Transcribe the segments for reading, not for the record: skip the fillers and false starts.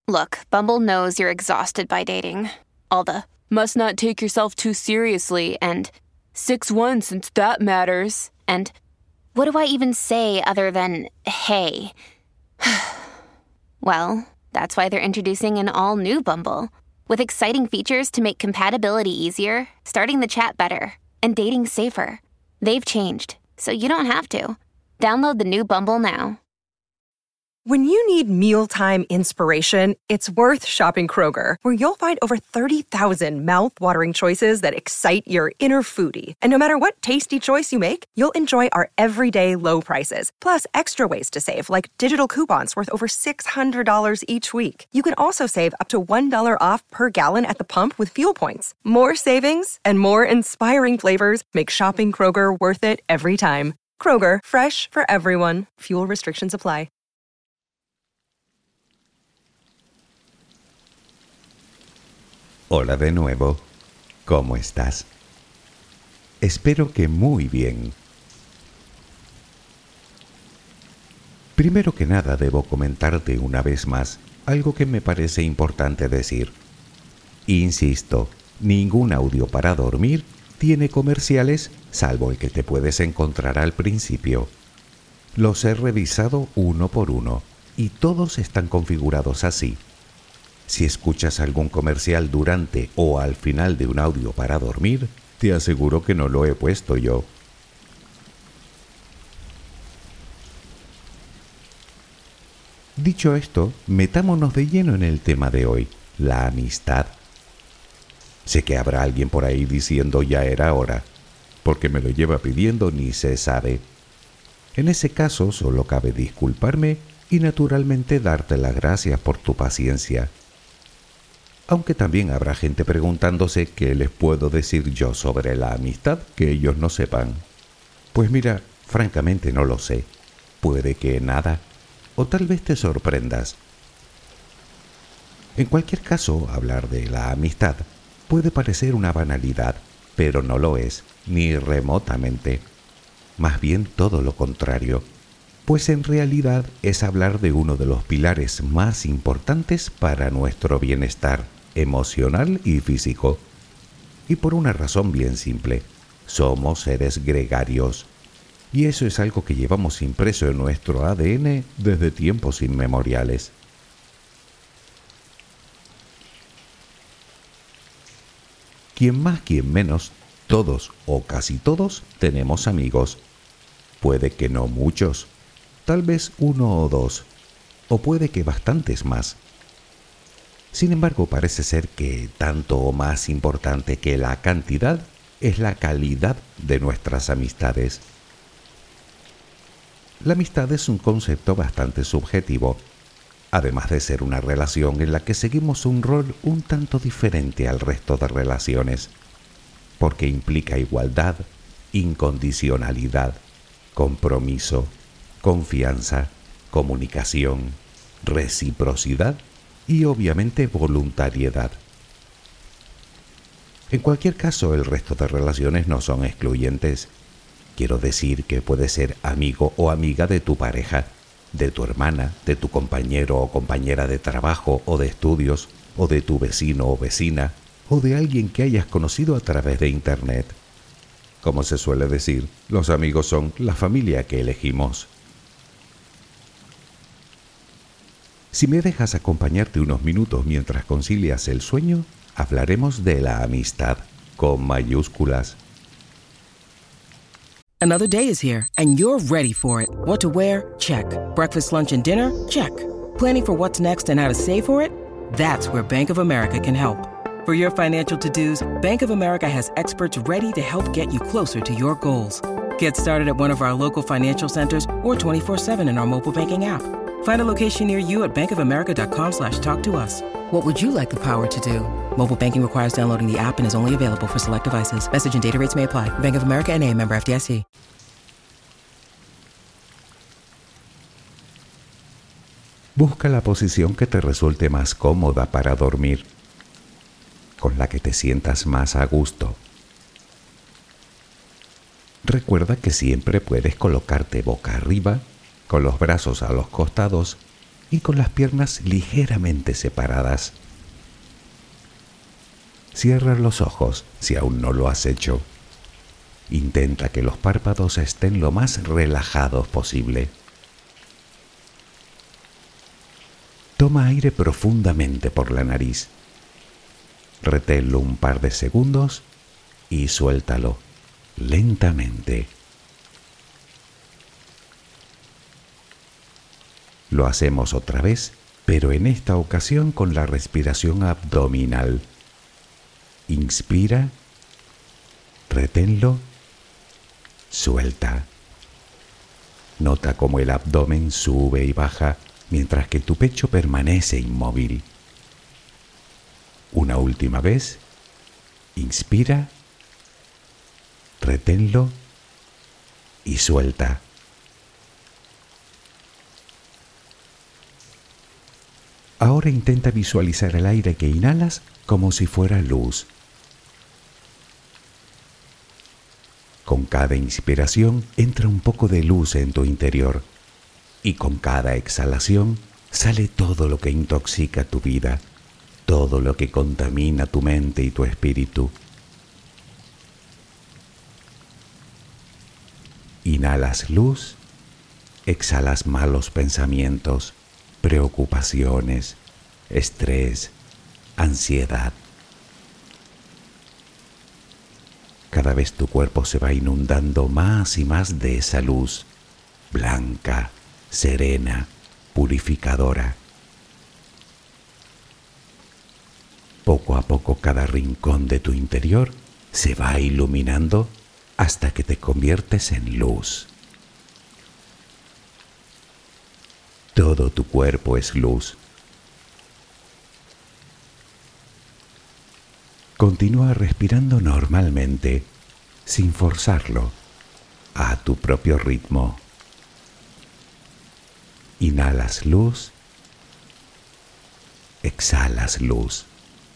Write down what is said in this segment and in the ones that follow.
Look, Bumble knows you're exhausted by dating. All the, must not take yourself too seriously, and 6'1" since that matters. And what do I even say other than, hey? Well, that's why they're introducing an all-new Bumble, with exciting features to make compatibility easier, starting the chat better, and dating safer. They've changed, so you don't have to. Download the new Bumble now. When you need mealtime inspiration, it's worth shopping Kroger, where you'll find over 30,000 mouth-watering choices that excite your inner foodie. And no matter what tasty choice you make, you'll enjoy our everyday low prices, plus extra ways to save, like digital coupons worth over $600 each week. You can also save up to $1 off per gallon at the pump with fuel points. More savings and more inspiring flavors make shopping Kroger worth it every time. Kroger, fresh for everyone. Fuel restrictions apply. Hola de nuevo, ¿cómo estás? Espero que muy bien. Primero que nada debo comentarte una vez más algo que me parece importante decir. Insisto, ningún audio para dormir tiene comerciales salvo el que te puedes encontrar al principio. Los he revisado uno por uno y todos están configurados así. Si escuchas algún comercial durante o al final de un audio para dormir, te aseguro que no lo he puesto yo. Dicho esto, metámonos de lleno en el tema de hoy, la amistad. Sé que habrá alguien por ahí diciendo ya era hora, porque me lo lleva pidiendo ni se sabe. En ese caso solo cabe disculparme y naturalmente darte las gracias por tu paciencia. Aunque también habrá gente preguntándose qué les puedo decir yo sobre la amistad que ellos no sepan. Pues mira, francamente no lo sé. Puede que nada, o tal vez te sorprendas. En cualquier caso, hablar de la amistad puede parecer una banalidad, pero no lo es, ni remotamente. Más bien todo lo contrario, pues en realidad es hablar de uno de los pilares más importantes para nuestro bienestar emocional y físico. Y por una razón bien simple, somos seres gregarios. Y eso es algo que llevamos impreso en nuestro ADN desde tiempos inmemoriales. Quien más, quien menos, todos o casi todos tenemos amigos. Puede que no muchos, tal vez uno o dos, o puede que bastantes más. Sin embargo, parece ser que tanto o más importante que la cantidad es la calidad de nuestras amistades. La amistad es un concepto bastante subjetivo, además de ser una relación en la que seguimos un rol un tanto diferente al resto de relaciones, porque implica igualdad, incondicionalidad, compromiso, confianza, comunicación, reciprocidad y obviamente voluntariedad. En cualquier caso, el resto de relaciones no son excluyentes. Quiero decir que puedes ser amigo o amiga de tu pareja, de tu hermana, de tu compañero o compañera de trabajo o de estudios, o de tu vecino o vecina, o de alguien que hayas conocido a través de Internet. Como se suele decir, los amigos son la familia que elegimos. Si me dejas acompañarte unos minutos mientras concilias el sueño, hablaremos de la amistad, con mayúsculas. Another day is here, and you're ready for it. What to wear? Check. Breakfast, lunch, and dinner? Check. Planning for what's next and how to save for it? That's where Bank of America can help. For your financial to-dos, Bank of America has experts ready to help get you closer to your goals. Get started at one of our local financial centers or 24/7 in our mobile banking app. Find a location near you at bankofamerica.com/talktous. What would you like the power to do? Mobile banking requires downloading the app and is only available for select devices. Message and data rates may apply. Bank of America N.A., member FDIC. Busca la posición que te resulte más cómoda para dormir, con la que te sientas más a gusto. Recuerda que siempre puedes colocarte boca arriba, con los brazos a los costados y con las piernas ligeramente separadas. Cierra los ojos si aún no lo has hecho. Intenta que los párpados estén lo más relajados posible. Toma aire profundamente por la nariz. Reténlo un par de segundos y suéltalo lentamente. Lo hacemos otra vez, pero en esta ocasión con la respiración abdominal. Inspira, reténlo, suelta. Nota cómo el abdomen sube y baja mientras que tu pecho permanece inmóvil. Una última vez, inspira, reténlo y suelta. Ahora intenta visualizar el aire que inhalas como si fuera luz. Con cada inspiración entra un poco de luz en tu interior y con cada exhalación sale todo lo que intoxica tu vida, todo lo que contamina tu mente y tu espíritu. Inhalas luz, exhalas malos pensamientos, preocupaciones, estrés, ansiedad. Cada vez tu cuerpo se va inundando más y más de esa luz, blanca, serena, purificadora. Poco a poco cada rincón de tu interior se va iluminando hasta que te conviertes en luz. Todo tu cuerpo es luz. Continúa respirando normalmente, sin forzarlo, a tu propio ritmo. Inhalas luz, exhalas luz.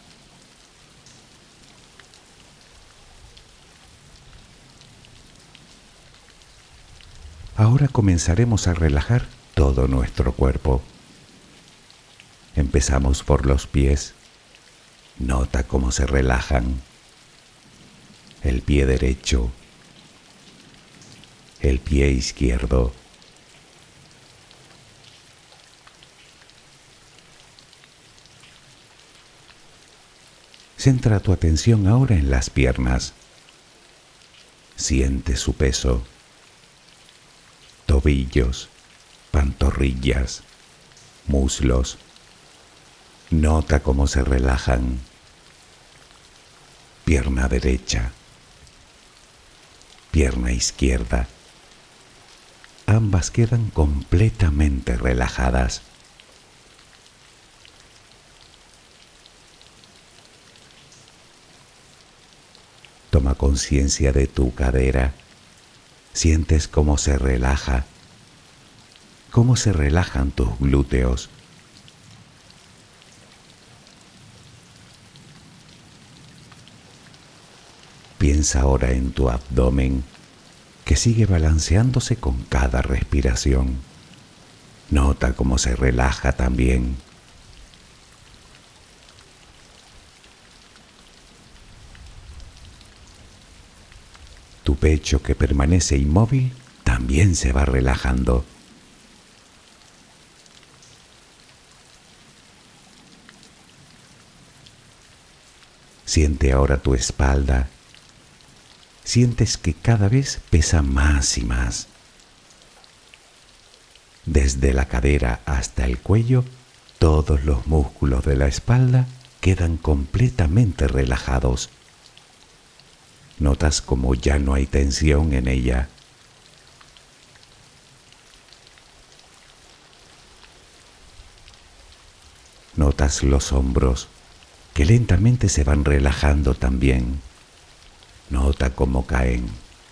Ahora comenzaremos a relajar todo nuestro cuerpo. Empezamos por los pies. Nota cómo se relajan. El pie derecho, el pie izquierdo. Centra tu atención ahora en las piernas. Siente su peso. Tobillos, pantorrillas, muslos. Nota cómo se relajan. Pierna derecha, pierna izquierda. Ambas quedan completamente relajadas. Toma conciencia de tu cadera. Sientes cómo se relaja, cómo se relajan tus glúteos. Piensa ahora en tu abdomen, que sigue balanceándose con cada respiración. Nota cómo se relaja también. Tu pecho, que permanece inmóvil, también se va relajando. Siente ahora tu espalda. Sientes que cada vez pesa más y más. Desde la cadera hasta el cuello, todos los músculos de la espalda quedan completamente relajados. Notas como ya no hay tensión en ella. Notas los hombros, que lentamente se van relajando también. Nota cómo caen.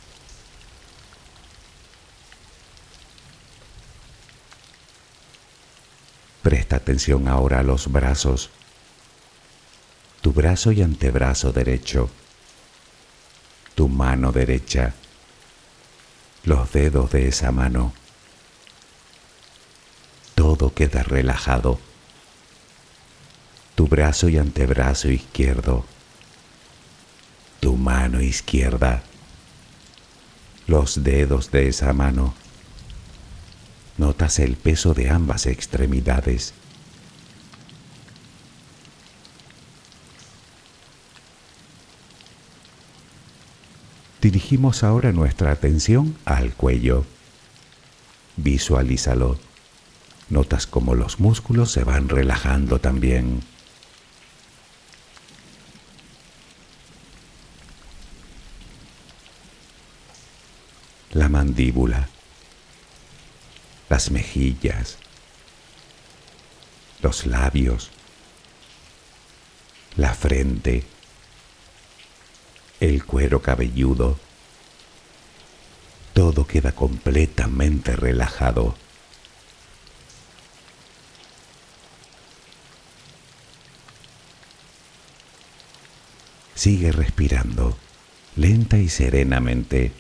Presta atención ahora a los brazos. Tu brazo y antebrazo derecho. Tu mano derecha. Los dedos de esa mano. Todo queda relajado. Tu brazo y antebrazo izquierdo, tu mano izquierda, los dedos de esa mano. Notas el peso de ambas extremidades. Dirigimos ahora nuestra atención al cuello. Visualízalo. Notas cómo los músculos se van relajando también. La mandíbula, las mejillas, los labios, la frente, el cuero cabelludo. Todo queda completamente relajado. Sigue respirando, lenta y serenamente.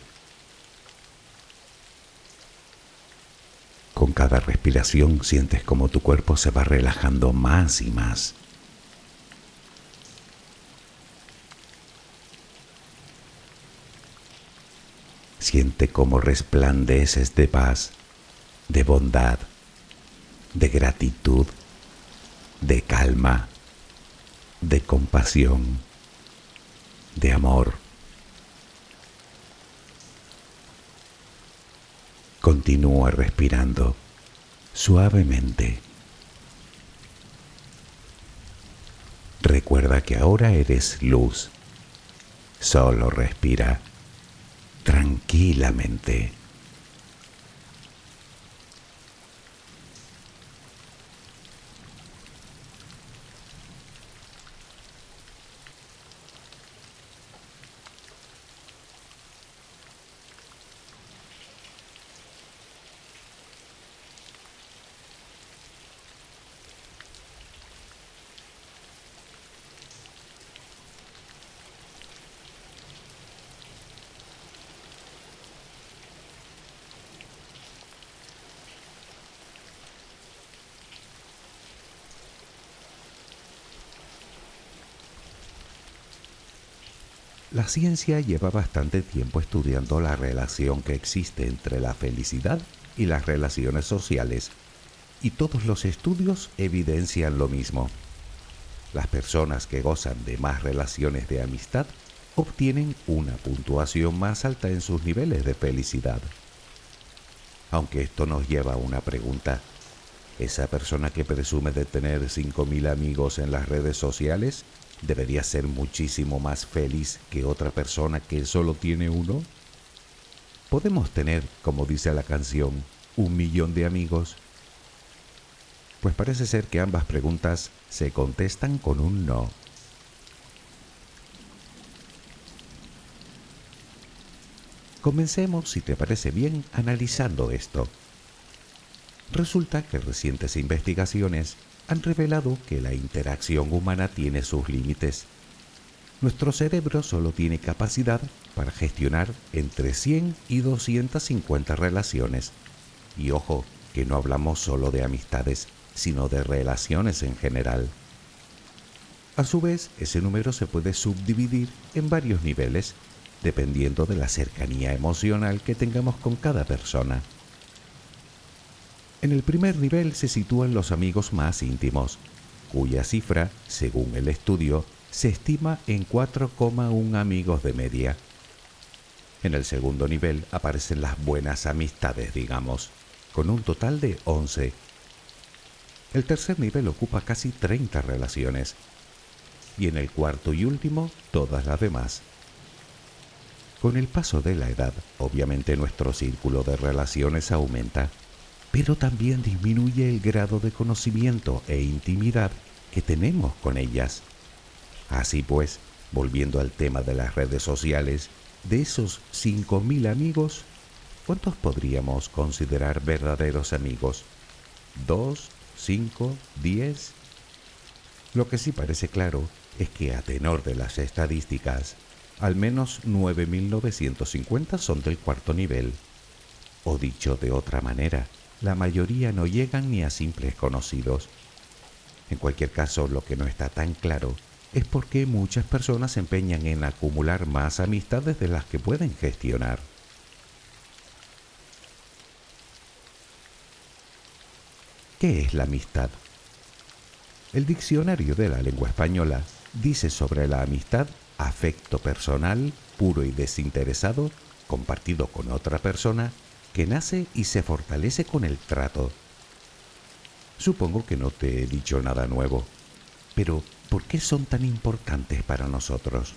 Con cada respiración sientes como tu cuerpo se va relajando más y más. Siente cómo resplandeces de paz, de bondad, de gratitud, de calma, de compasión, de amor. Continúa respirando suavemente. Recuerda que ahora eres luz. Solo respira tranquilamente. La ciencia lleva bastante tiempo estudiando la relación que existe entre la felicidad y las relaciones sociales, y todos los estudios evidencian lo mismo. Las personas que gozan de más relaciones de amistad obtienen una puntuación más alta en sus niveles de felicidad. Aunque esto nos lleva a una pregunta: ¿esa persona que presume de tener 5.000 amigos en las redes sociales debería ser muchísimo más feliz que otra persona que solo tiene uno? ¿Podemos tener, como dice la canción, 1.000.000 de amigos? Pues parece ser que ambas preguntas se contestan con un no. Comencemos, si te parece bien, analizando esto. Resulta que recientes investigaciones han revelado que la interacción humana tiene sus límites. Nuestro cerebro solo tiene capacidad para gestionar entre 100 y 250 relaciones. Y ojo, que no hablamos solo de amistades, sino de relaciones en general. A su vez, ese número se puede subdividir en varios niveles, dependiendo de la cercanía emocional que tengamos con cada persona. En el primer nivel se sitúan los amigos más íntimos, cuya cifra, según el estudio, se estima en 4,1 amigos de media. En el segundo nivel aparecen las buenas amistades, digamos, con un total de 11. El tercer nivel ocupa casi 30 relaciones. Y en el cuarto y último, todas las demás. Con el paso de la edad, obviamente nuestro círculo de relaciones aumenta, pero también disminuye el grado de conocimiento e intimidad que tenemos con ellas. Así pues, volviendo al tema de las redes sociales, de esos 5.000 amigos, ¿cuántos podríamos considerar verdaderos amigos? ¿2, 5, 10? Lo que sí parece claro es que, a tenor de las estadísticas, al menos 9.950 son del cuarto nivel. O dicho de otra manera, la mayoría no llegan ni a simples conocidos. En cualquier caso, lo que no está tan claro es por qué muchas personas se empeñan en acumular más amistades de las que pueden gestionar. ¿Qué es la amistad? El diccionario de la lengua española dice sobre la amistad: afecto personal, puro y desinteresado, compartido con otra persona, que nace y se fortalece con el trato. Supongo que no te he dicho nada nuevo, pero ¿por qué son tan importantes para nosotros?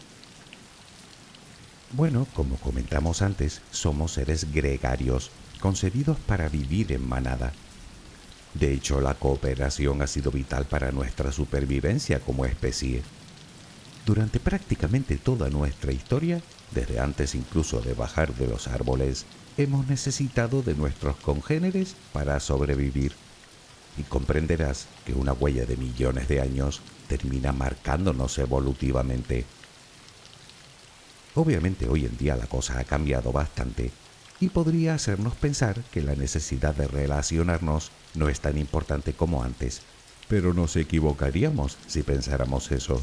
Bueno, como comentamos antes, somos seres gregarios, concebidos para vivir en manada. De hecho, la cooperación ha sido vital para nuestra supervivencia como especie. Durante prácticamente toda nuestra historia, desde antes incluso de bajar de los árboles, hemos necesitado de nuestros congéneres para sobrevivir. Y comprenderás que una huella de millones de años termina marcándonos evolutivamente. Obviamente hoy en día la cosa ha cambiado bastante y podría hacernos pensar que la necesidad de relacionarnos no es tan importante como antes, pero nos equivocaríamos si pensáramos eso.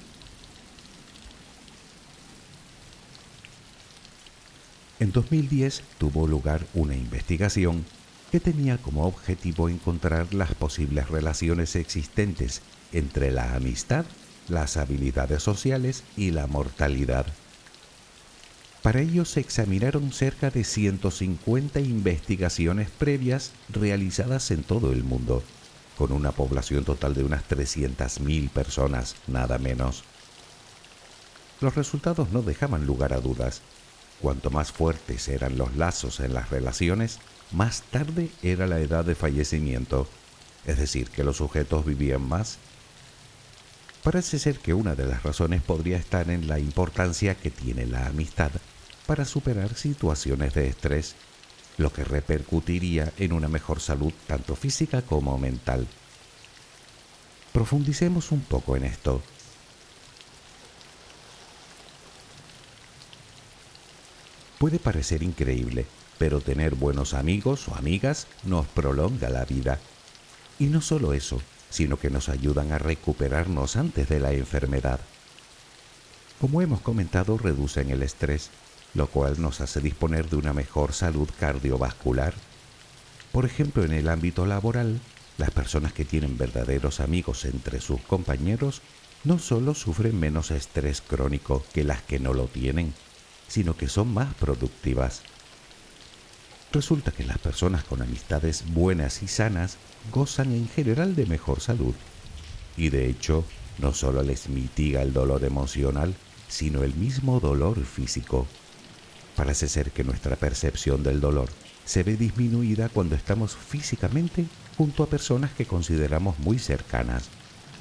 En 2010 tuvo lugar una investigación que tenía como objetivo encontrar las posibles relaciones existentes entre la amistad, las habilidades sociales y la mortalidad. Para ello se examinaron cerca de 150 investigaciones previas realizadas en todo el mundo, con una población total de unas 300.000 personas, nada menos. Los resultados no dejaban lugar a dudas. Cuanto más fuertes eran los lazos en las relaciones, más tarde era la edad de fallecimiento, es decir, que los sujetos vivían más. Parece ser que una de las razones podría estar en la importancia que tiene la amistad para superar situaciones de estrés, lo que repercutiría en una mejor salud tanto física como mental. Profundicemos un poco en esto. Puede parecer increíble, pero tener buenos amigos o amigas nos prolonga la vida. Y no solo eso, sino que nos ayudan a recuperarnos antes de la enfermedad. Como hemos comentado, reducen el estrés, lo cual nos hace disponer de una mejor salud cardiovascular. Por ejemplo, en el ámbito laboral, las personas que tienen verdaderos amigos entre sus compañeros no solo sufren menos estrés crónico que las que no lo tienen, sino que son más productivas. Resulta que las personas con amistades buenas y sanas gozan en general de mejor salud. Y de hecho, no solo les mitiga el dolor emocional, sino el mismo dolor físico. Parece ser que nuestra percepción del dolor se ve disminuida cuando estamos físicamente junto a personas que consideramos muy cercanas.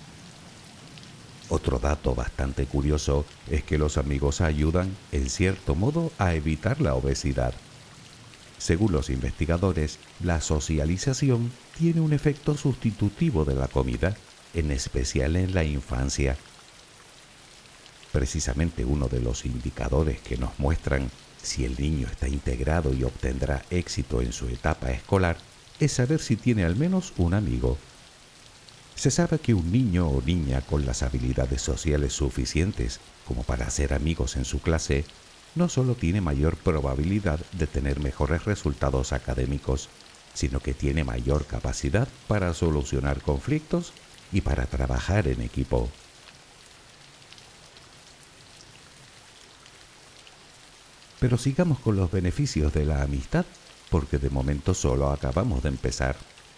Otro dato bastante curioso es que los amigos ayudan, en cierto modo, a evitar la obesidad. Según los investigadores, la socialización tiene un efecto sustitutivo de la comida, en especial en la infancia. Precisamente uno de los indicadores que nos muestran si el niño está integrado y obtendrá éxito en su etapa escolar es saber si tiene al menos un amigo. Se sabe que un niño o niña con las habilidades sociales suficientes como para ser amigos en su clase no solo tiene mayor probabilidad de tener mejores resultados académicos, sino que tiene mayor capacidad para solucionar conflictos y para trabajar en equipo. Pero sigamos con los beneficios de la amistad, porque de momento solo acabamos de empezar.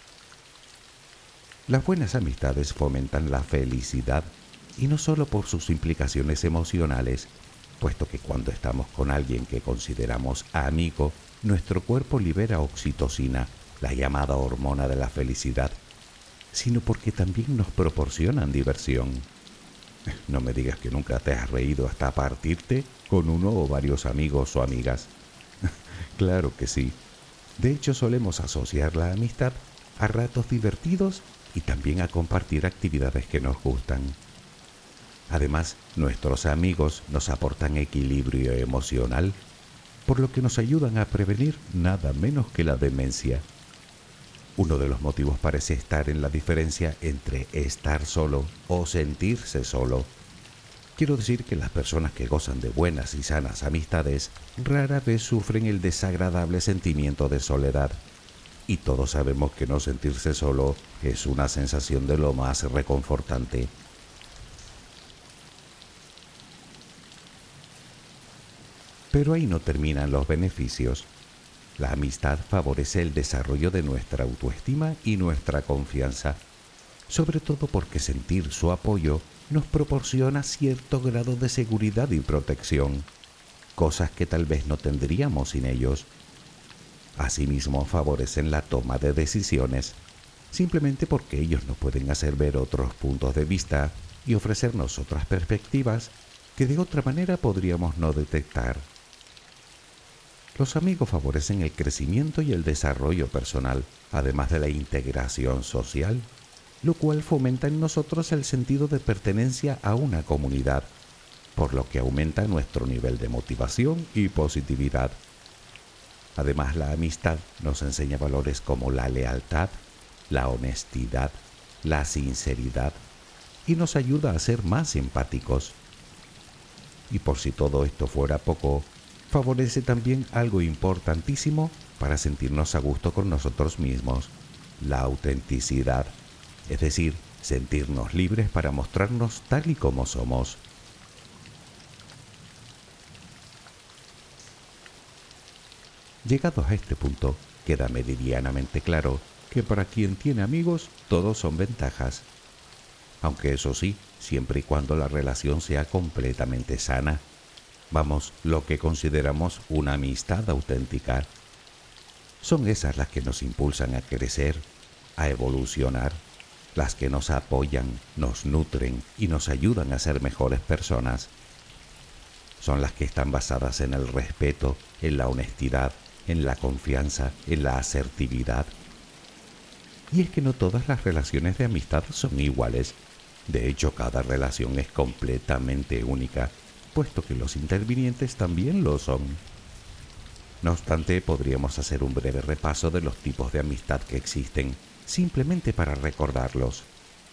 Las buenas amistades fomentan la felicidad, y no solo por sus implicaciones emocionales, puesto que cuando estamos con alguien que consideramos amigo, nuestro cuerpo libera oxitocina, la llamada hormona de la felicidad, sino porque también nos proporcionan diversión. No me digas que nunca te has reído hasta partirte con uno o varios amigos o amigas. Claro que sí. De hecho, solemos asociar la amistad a ratos divertidos y también a compartir actividades que nos gustan. Además, nuestros amigos nos aportan equilibrio emocional, por lo que nos ayudan a prevenir nada menos que la demencia. Uno de los motivos parece estar en la diferencia entre estar solo o sentirse solo. Quiero decir que las personas que gozan de buenas y sanas amistades rara vez sufren el desagradable sentimiento de soledad. Y todos sabemos que no sentirse solo es una sensación de lo más reconfortante. Pero ahí no terminan los beneficios. La amistad favorece el desarrollo de nuestra autoestima y nuestra confianza, sobre todo porque sentir su apoyo nos proporciona cierto grado de seguridad y protección, cosas que tal vez no tendríamos sin ellos. Asimismo, favorecen la toma de decisiones, simplemente porque ellos nos pueden hacer ver otros puntos de vista y ofrecernos otras perspectivas que de otra manera podríamos no detectar. Los amigos favorecen el crecimiento y el desarrollo personal, además de la integración social, lo cual fomenta en nosotros el sentido de pertenencia a una comunidad, por lo que aumenta nuestro nivel de motivación y positividad. Además, la amistad nos enseña valores como la lealtad, la honestidad, la sinceridad y nos ayuda a ser más empáticos. Y por si todo esto fuera poco, favorece también algo importantísimo para sentirnos a gusto con nosotros mismos, la autenticidad, es decir, sentirnos libres para mostrarnos tal y como somos. Llegados a este punto, queda meridianamente claro que para quien tiene amigos, todos son ventajas. Aunque eso sí, siempre y cuando la relación sea completamente sana. Vamos, lo que consideramos una amistad auténtica. Son esas las que nos impulsan a crecer, a evolucionar, las que nos apoyan, nos nutren y nos ayudan a ser mejores personas. Son las que están basadas en el respeto, en la honestidad, en la confianza, en la asertividad. Y es que no todas las relaciones de amistad son iguales. De hecho, cada relación es completamente única, puesto que los intervinientes también lo son. No obstante, podríamos hacer un breve repaso de los tipos de amistad que existen, simplemente para recordarlos.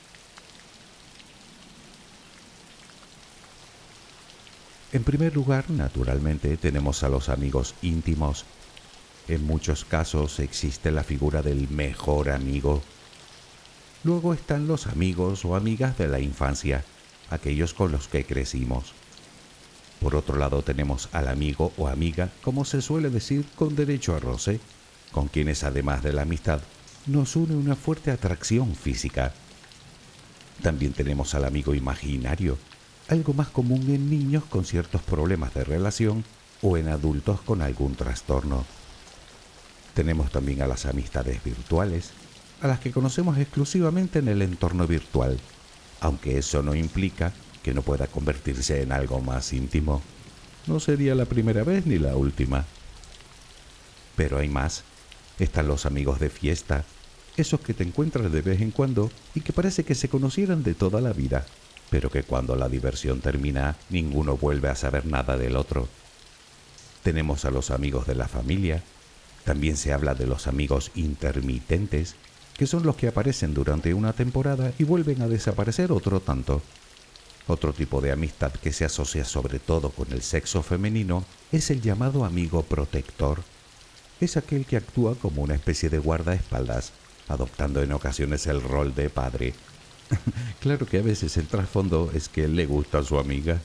En primer lugar, naturalmente, tenemos a los amigos íntimos. En muchos casos existe la figura del mejor amigo. Luego están los amigos o amigas de la infancia, aquellos con los que crecimos. Por otro lado tenemos al amigo o amiga, como se suele decir, con derecho a roce, con quienes además de la amistad nos une una fuerte atracción física. También tenemos al amigo imaginario, algo más común en niños con ciertos problemas de relación o en adultos con algún trastorno. Tenemos también a las amistades virtuales, a las que conocemos exclusivamente en el entorno virtual, aunque eso no implica que no pueda convertirse en algo más íntimo. No sería la primera vez ni la última. Pero hay más. Están los amigos de fiesta, esos que te encuentras de vez en cuando y que parece que se conocieran de toda la vida, pero que cuando la diversión termina, ninguno vuelve a saber nada del otro. Tenemos a los amigos de la familia. También se habla de los amigos intermitentes, que son los que aparecen durante una temporada y vuelven a desaparecer otro tanto. Otro tipo de amistad que se asocia sobre todo con el sexo femenino es el llamado amigo protector. Es aquel que actúa como una especie de guardaespaldas, adoptando en ocasiones el rol de padre. Claro que a veces el trasfondo es que le gusta a su amiga.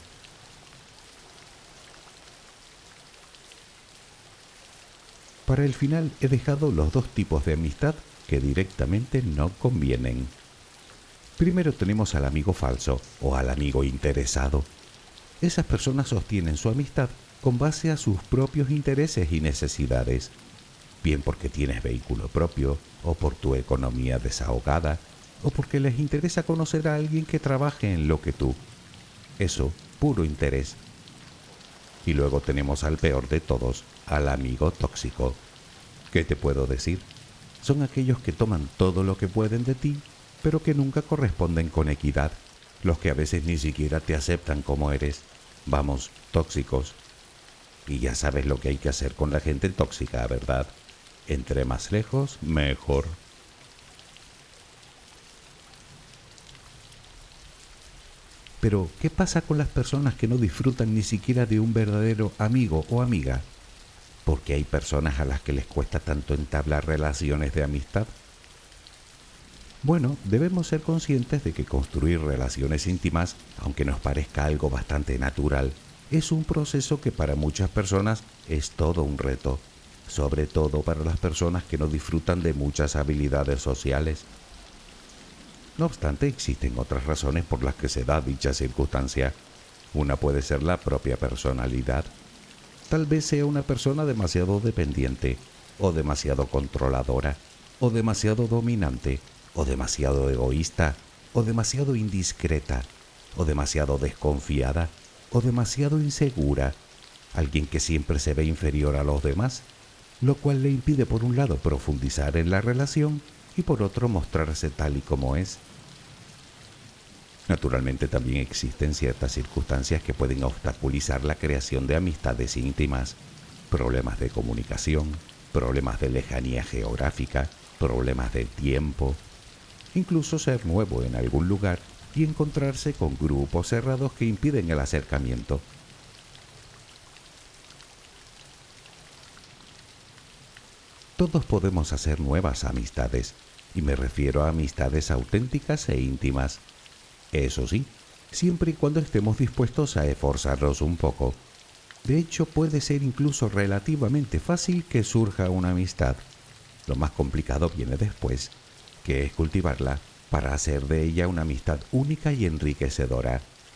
Para el final he dejado los dos tipos de amistad que directamente no convienen. Primero tenemos al amigo falso o al amigo interesado. Esas personas sostienen su amistad con base a sus propios intereses y necesidades, bien porque tienes vehículo propio, o por tu economía desahogada, o porque les interesa conocer a alguien que trabaje en lo que tú. Eso, puro interés. Y luego tenemos al peor de todos, al amigo tóxico. ¿Qué te puedo decir? Son aquellos que toman todo lo que pueden de ti, pero que nunca corresponden con equidad, los que a veces ni siquiera te aceptan como eres. Vamos, tóxicos. Y ya sabes lo que hay que hacer con la gente tóxica, ¿verdad? Entre más lejos, mejor. Pero, ¿qué pasa con las personas que no disfrutan ni siquiera de un verdadero amigo o amiga? ¿Por qué hay personas a las que les cuesta tanto entablar relaciones de amistad? Bueno, debemos ser conscientes de que construir relaciones íntimas, aunque nos parezca algo bastante natural, es un proceso que para muchas personas es todo un reto, sobre todo para las personas que no disfrutan de muchas habilidades sociales. No obstante, existen otras razones por las que se da dicha circunstancia. Una puede ser la propia personalidad. Tal vez sea una persona demasiado dependiente, o demasiado controladora, o demasiado dominante, o demasiado egoísta, o demasiado indiscreta, o demasiado desconfiada, o demasiado insegura, alguien que siempre se ve inferior a los demás, lo cual le impide por un lado profundizar en la relación y por otro mostrarse tal y como es. Naturalmente también existen ciertas circunstancias que pueden obstaculizar la creación de amistades íntimas, problemas de comunicación, problemas de lejanía geográfica, problemas de tiempo, incluso ser nuevo en algún lugar y encontrarse con grupos cerrados que impiden el acercamiento. Todos podemos hacer nuevas amistades, y me refiero a amistades auténticas e íntimas. Eso sí, siempre y cuando estemos dispuestos a esforzarnos un poco. De hecho, puede ser incluso relativamente fácil que surja una amistad. Lo más complicado viene después, que es cultivarla para hacer de ella una amistad única y enriquecedora.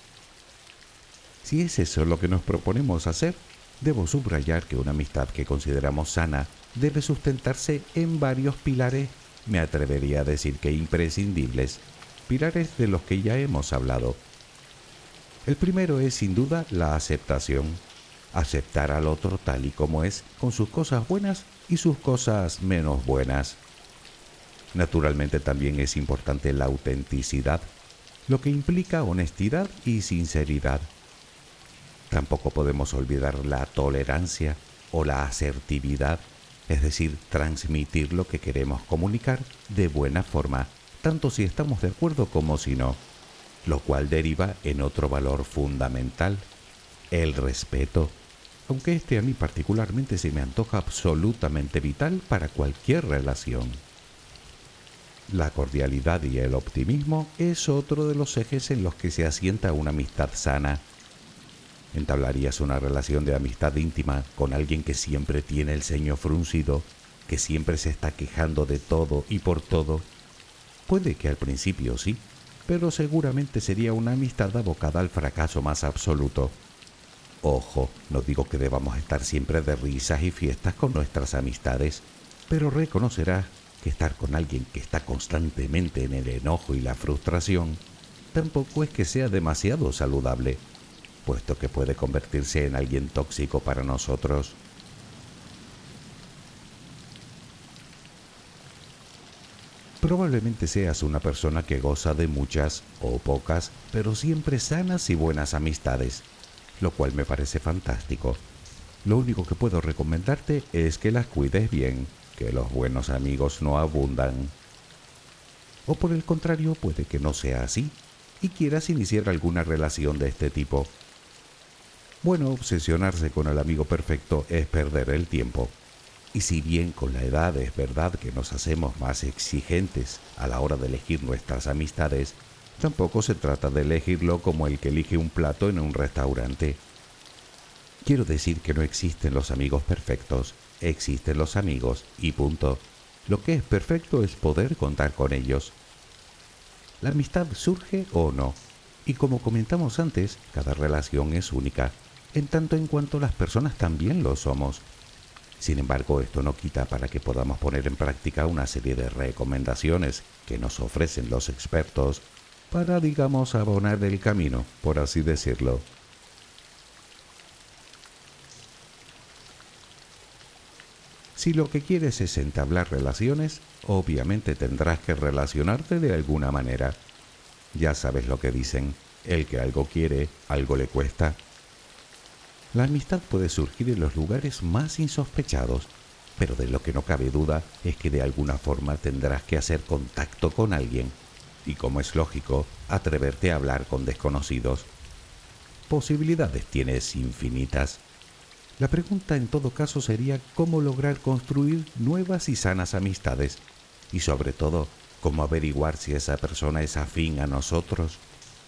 Si es eso lo que nos proponemos hacer, debo subrayar que una amistad que consideramos sana debe sustentarse en varios pilares, me atrevería a decir que imprescindibles, pilares de los que ya hemos hablado. El primero es sin duda la aceptación. Aceptar al otro tal y como es, con sus cosas buenas y sus cosas menos buenas. Naturalmente también es importante la autenticidad, lo que implica honestidad y sinceridad. Tampoco podemos olvidar la tolerancia o la asertividad, es decir, transmitir lo que queremos comunicar de buena forma, tanto si estamos de acuerdo como si no, lo cual deriva en otro valor fundamental, el respeto, aunque este a mí particularmente se me antoja absolutamente vital para cualquier relación. La cordialidad y el optimismo es otro de los ejes en los que se asienta una amistad sana. ¿Entablarías una relación de amistad íntima con alguien que siempre tiene el ceño fruncido, que siempre se está quejando de todo y por todo? Puede que al principio sí, pero seguramente sería una amistad abocada al fracaso más absoluto. Ojo, no digo que debamos estar siempre de risas y fiestas con nuestras amistades, pero reconocerás que estar con alguien que está constantemente en el enojo y la frustración tampoco es que sea demasiado saludable, puesto que puede convertirse en alguien tóxico para nosotros. Probablemente seas una persona que goza de muchas o pocas, pero siempre sanas y buenas amistades, lo cual me parece fantástico. Lo único que puedo recomendarte es que las cuides bien, que los buenos amigos no abundan. O por el contrario, puede que no sea así y quieras iniciar alguna relación de este tipo. Bueno, obsesionarse con el amigo perfecto es perder el tiempo. Y si bien con la edad es verdad que nos hacemos más exigentes a la hora de elegir nuestras amistades, tampoco se trata de elegirlo como el que elige un plato en un restaurante. Quiero decir que no existen los amigos perfectos, existen los amigos y punto. Lo que es perfecto es poder contar con ellos. La amistad surge o no, y como comentamos antes, cada relación es única, en tanto en cuanto las personas también lo somos. Sin embargo, esto no quita para que podamos poner en práctica una serie de recomendaciones que nos ofrecen los expertos para, digamos, abonar el camino, por así decirlo. Si lo que quieres es entablar relaciones, obviamente tendrás que relacionarte de alguna manera. Ya sabes lo que dicen, el que algo quiere, algo le cuesta. La amistad puede surgir en los lugares más insospechados, pero de lo que no cabe duda es que de alguna forma tendrás que hacer contacto con alguien. y, como es lógico, atreverte a hablar con desconocidos. Posibilidades tienes infinitas. La pregunta en todo caso sería cómo lograr construir nuevas y sanas amistades y, sobre todo, cómo averiguar si esa persona es afín a nosotros.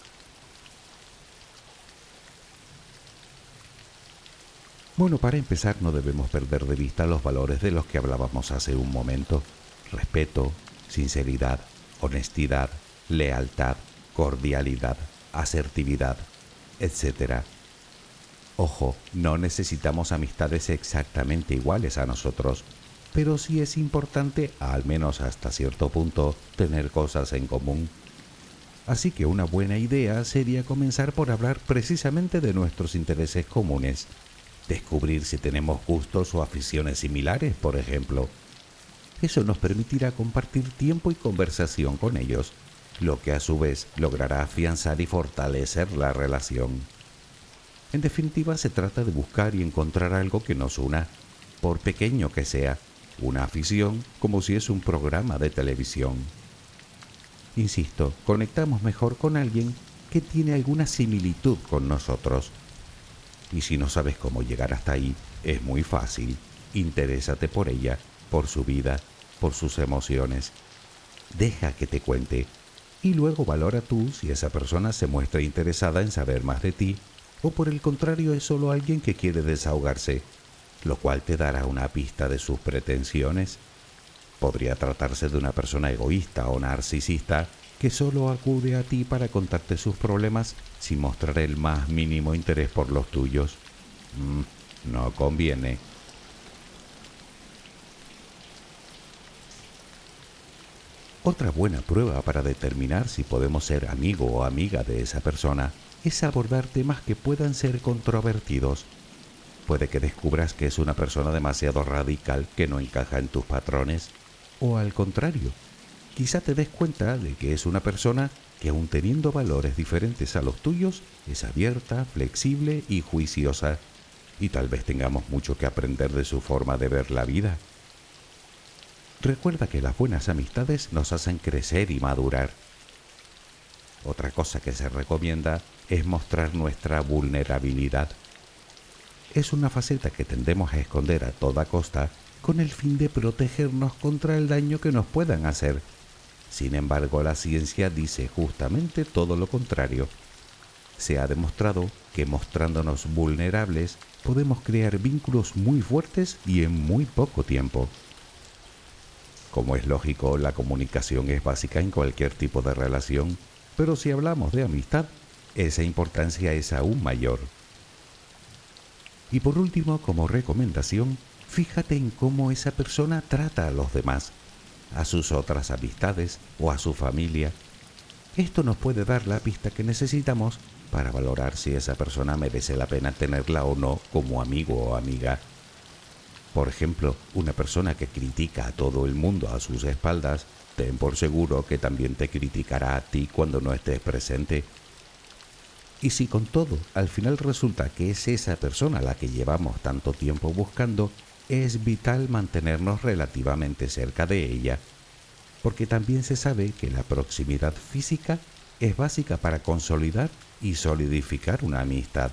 Bueno, para empezar no debemos perder de vista los valores de los que hablábamos hace un momento: respeto, sinceridad, honestidad, lealtad, cordialidad, asertividad, etc. Ojo, no necesitamos amistades exactamente iguales a nosotros, pero sí es importante, al menos hasta cierto punto, tener cosas en común. Así que una buena idea sería comenzar por hablar precisamente de nuestros intereses comunes. Descubrir si tenemos gustos o aficiones similares, por ejemplo. Eso nos permitirá compartir tiempo y conversación con ellos, lo que a su vez logrará afianzar y fortalecer la relación. En definitiva, se trata de buscar y encontrar algo que nos una, por pequeño que sea, una afición como si es un programa de televisión. Insisto, conectamos mejor con alguien que tiene alguna similitud con nosotros. Y si no sabes cómo llegar hasta ahí, es muy fácil. Interésate por ella, por su vida, por sus emociones. Deja que te cuente y luego valora tú si esa persona se muestra interesada en saber más de ti o por el contrario es solo alguien que quiere desahogarse, lo cual te dará una pista de sus pretensiones. Podría tratarse de una persona egoísta o narcisista que solo acude a ti para contarte sus problemas sin mostrar el más mínimo interés por los tuyos. No conviene. Otra buena prueba para determinar si podemos ser amigo o amiga de esa persona es abordar temas que puedan ser controvertidos. Puede que descubras que es una persona demasiado radical que no encaja en tus patrones, o al contrario, quizá te des cuenta de que es una persona que, aun teniendo valores diferentes a los tuyos, es abierta, flexible y juiciosa, y tal vez tengamos mucho que aprender de su forma de ver la vida. Recuerda que las buenas amistades nos hacen crecer y madurar. Otra cosa que se recomienda es mostrar nuestra vulnerabilidad. Es una faceta que tendemos a esconder a toda costa con el fin de protegernos contra el daño que nos puedan hacer. Sin embargo, la ciencia dice justamente todo lo contrario. Se ha demostrado que mostrándonos vulnerables podemos crear vínculos muy fuertes y en muy poco tiempo. Como es lógico, la comunicación es básica en cualquier tipo de relación, pero si hablamos de amistad, esa importancia es aún mayor. Y por último, como recomendación, fíjate en cómo esa persona trata a los demás, a sus otras amistades o a su familia. Esto nos puede dar la pista que necesitamos para valorar si esa persona merece la pena tenerla o no como amigo o amiga. Por ejemplo, una persona que critica a todo el mundo a sus espaldas, ten por seguro que también te criticará a ti cuando no estés presente. Y si con todo, al final resulta que es esa persona la que llevamos tanto tiempo buscando, es vital mantenernos relativamente cerca de ella, porque también se sabe que la proximidad física es básica para consolidar y solidificar una amistad.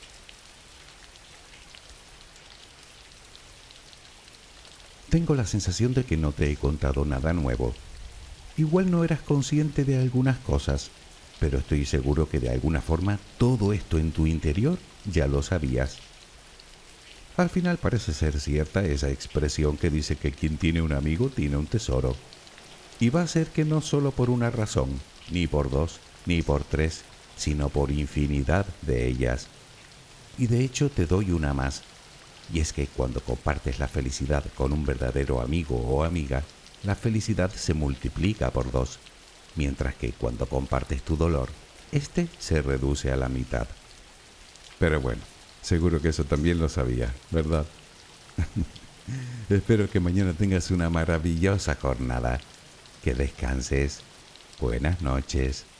Tengo la sensación de que no te he contado nada nuevo. Igual no eras consciente de algunas cosas, pero estoy seguro que de alguna forma todo esto en tu interior ya lo sabías. Al final parece ser cierta esa expresión que dice que quien tiene un amigo tiene un tesoro. Y va a ser que no solo por una razón, ni por dos, ni por tres, sino por infinidad de ellas. Y de hecho te doy una más. Y es que cuando compartes la felicidad con un verdadero amigo o amiga, la felicidad se multiplica por 2, mientras que cuando compartes tu dolor, este se reduce a la mitad. Pero bueno, seguro que eso también lo sabía, ¿verdad? Espero que mañana tengas una maravillosa jornada. Que descanses. Buenas noches.